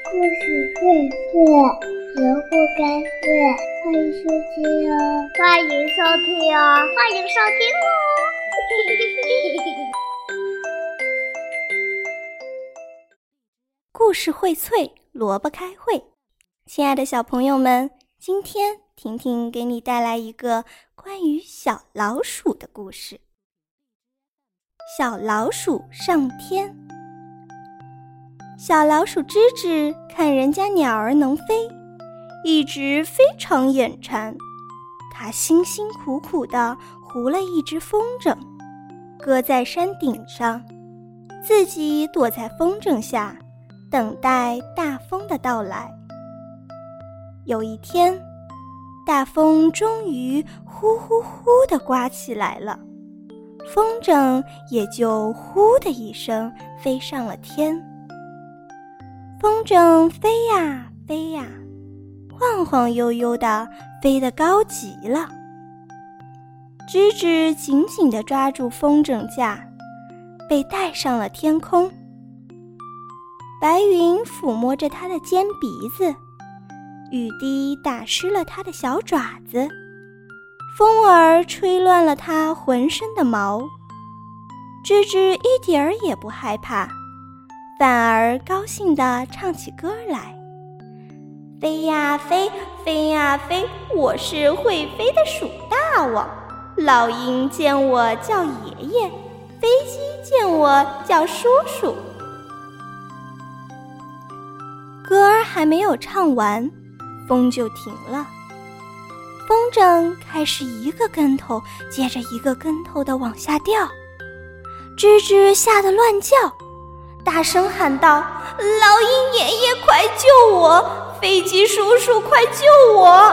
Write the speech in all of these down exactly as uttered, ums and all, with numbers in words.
故事荟萃，萝卜开会，欢迎收听哦！ 欢迎收听哦！欢迎收听哦！ 故事荟萃，萝卜开会。亲爱的小朋友们，今天婷婷给你带来一个关于小老鼠的故事。小老鼠上天。小老鼠吱吱看人家鸟儿能飞，一直非常眼馋。它辛辛苦苦地糊了一只风筝，搁在山顶上，自己躲在风筝下，等待大风的到来。有一天，大风终于呼呼呼地刮起来了，风筝也就呼的一声飞上了天。风筝飞呀飞呀，晃晃悠悠地飞得高极了。吱吱紧紧地抓住风筝架，被带上了天空。白云抚摸着它的尖鼻子，雨滴打湿了它的小爪子，风儿吹乱了它浑身的毛。吱吱一点儿也不害怕，反而高兴地唱起歌来。飞呀飞，飞呀飞，我是会飞的鼠大王。老鹰见我叫爷爷，飞机见我叫叔叔。歌儿还没有唱完，风就停了。风筝开始一个跟头接着一个跟头地往下掉，吱吱吓得乱叫，大声喊道：老鹰爷爷快救我，飞机叔叔快救我。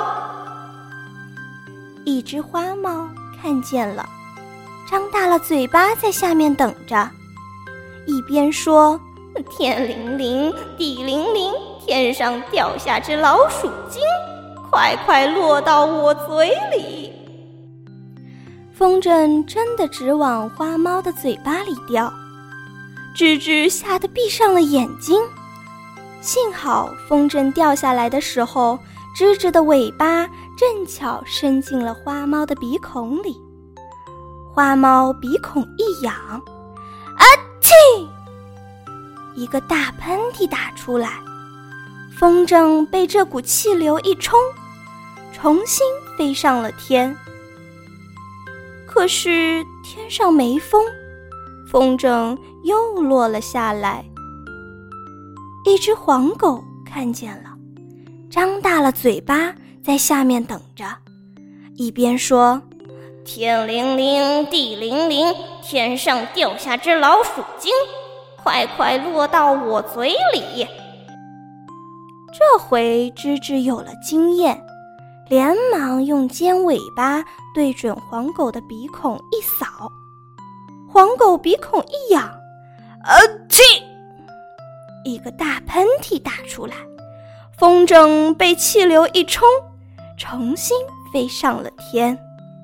一只花猫看见了，张大了嘴巴在下面等着，一边说：天灵灵，地灵灵，天上掉下只老鼠精，快快落到我嘴里。风筝真的直往花猫的嘴巴里掉，吱吱吓得闭上了眼睛。幸好风筝掉下来的时候，吱吱的尾巴正巧伸进了花猫的鼻孔里。花猫鼻孔一痒，啊嚏！一个大喷嚏打出来，风筝被这股气流一冲，重新飞上了天。可是天上没风，风筝又落了下来。一只黄狗看见了，张大了嘴巴在下面等着，一边说：天灵灵，地灵灵，天上掉下只老鼠精，快快落到我嘴里。这回吱吱有了经验，连忙用尖尾巴对准黄狗的鼻孔一扫，黄狗鼻孔一痒，啊嚏！一个大喷嚏打出来，风筝被气流一冲，重新飞上了天。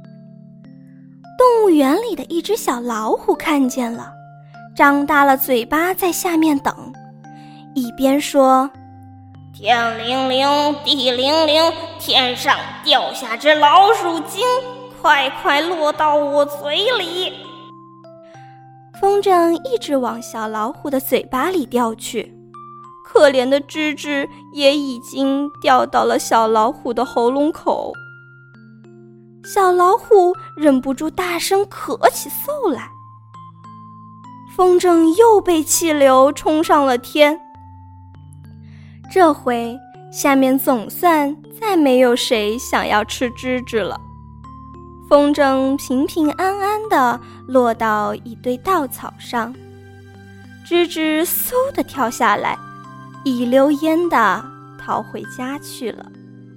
动物园里的一只小老虎看见了，张大了嘴巴在下面等，一边说：天灵灵，地灵灵，天上掉下只老鼠精，快快落到我嘴里。风筝一直往小老虎的嘴巴里掉去，可怜的吱吱也已经掉到了小老虎的喉咙口。小老虎忍不住大声咳起嗽来。风筝又被气流冲上了天。这回下面总算再没有谁想要吃吱吱了。风筝平平安安地落到一堆稻草上，吱吱嗖地跳下来，一溜烟地逃回家去了。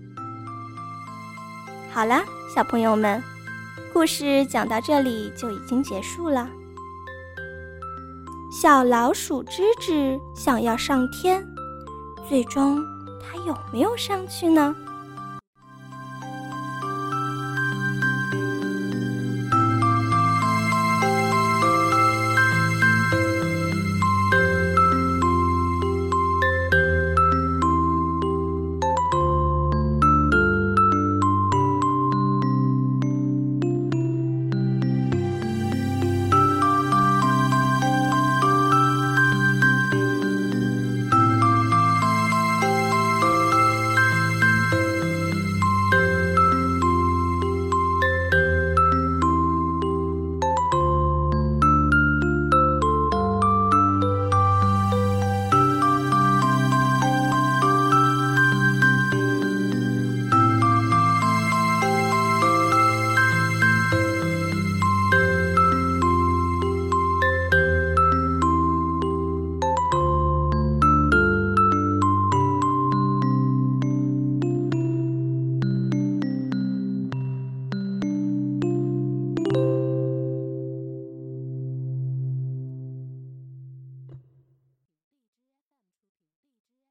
好啦，小朋友们，故事讲到这里就已经结束了。小老鼠吱吱想要上天，最终它有没有上去呢？